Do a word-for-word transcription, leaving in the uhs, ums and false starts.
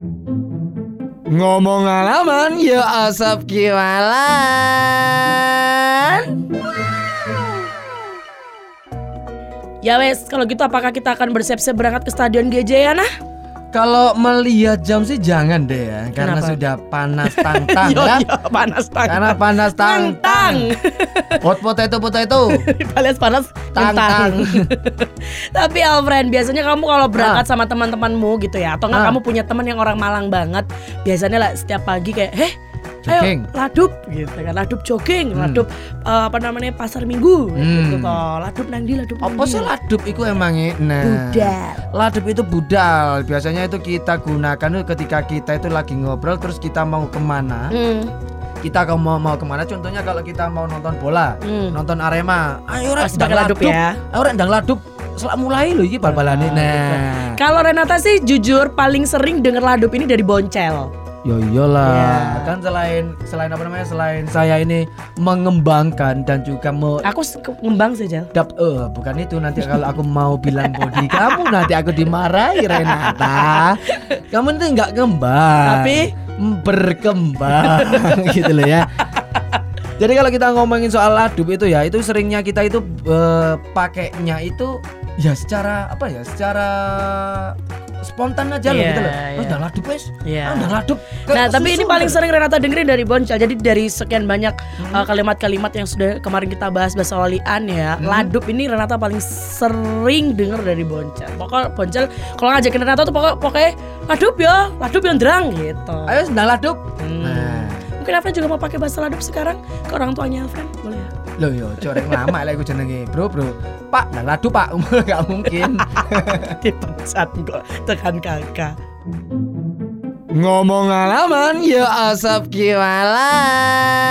Ngomong alaman, ya asap kiwalan. Ya wes, kalau gitu apakah kita akan bersiap-siap berangkat ke Stadion G J ya nah? Kalau melihat jam sih jangan deh ya, karena Kenapa? sudah panas tang-tang Yo, kan. yo, panas tang. Karena panas tang-tang. Hot potato potato. Panas panas Tang-tang. Tapi Alfred, biasanya kamu kalau berangkat sama teman-temanmu gitu ya, atau enggak Ah. kamu punya teman yang orang Malang banget, biasanya lah setiap pagi kayak, "Heh, Jogging. ayo ladup," gitu kan, ladup jogging, Hmm. ladup eh, apa namanya pasar minggu, Hmm. gitu toh, ladup nang ndi, ladup nang Apa ndi. sih ladup iku emangnya? Nah, Budal. ladup itu budal. Biasanya itu kita gunakan tuh ketika kita itu lagi ngobrol terus kita mau kemana. Hmm. Kita kalau mau mau kemana? Contohnya kalau kita mau nonton bola, Hmm. nonton Arema, ayo rek Pasti ndang pakai ladup ya. Ayo rek ndang ladup. Selak mulai lho iki bal-balane. Nah. Kalau Renata sih jujur paling sering denger ladup ini dari Boncel. Ya iyalah, Ya. kan selain selain apa namanya? Selain saya ini mengembangkan dan juga me Aku s- ke- ngembang sih, Jel. Dap, eh bukan itu nanti kalau aku mau bilang body kamu nanti aku dimarahi Renata. Kamu itu nggak kembang. Tapi? Berkembang gitu loh ya. Jadi kalau kita ngomongin soal ladup itu ya, itu seringnya kita itu eh, pakainya itu ya secara apa ya? Secara spontan aja loh Iya, gitu loh. iya. Oh, udah ladup wes. Iya. Ah, udah ladup. Nah, Kayak tapi ini susu, paling udah. sering Renata dengerin dari Boncel. Jadi dari sekian banyak Hmm. uh, kalimat-kalimat yang sudah kemarin kita bahas bahasa walian ya, Hmm. ladup ini Renata paling sering denger dari Boncel. Pokoknya Boncel kalau ngajakin Renata tuh pokoknya, pokoknya ladup ya, ladup yang derang gitu. Ayo udah ladup. Hmm. Nah. Mungkin Alfred juga mau pakai bahasa ladup sekarang ke orang tuanya Alfred, boleh ya? Loh yo, corek lama lah aku jenenge, Bro, Bro. Pak, nah ladup Pak, enggak mungkin. Dipecat kok tekan kakak. Ngomong alaman, ya asap kiwalan.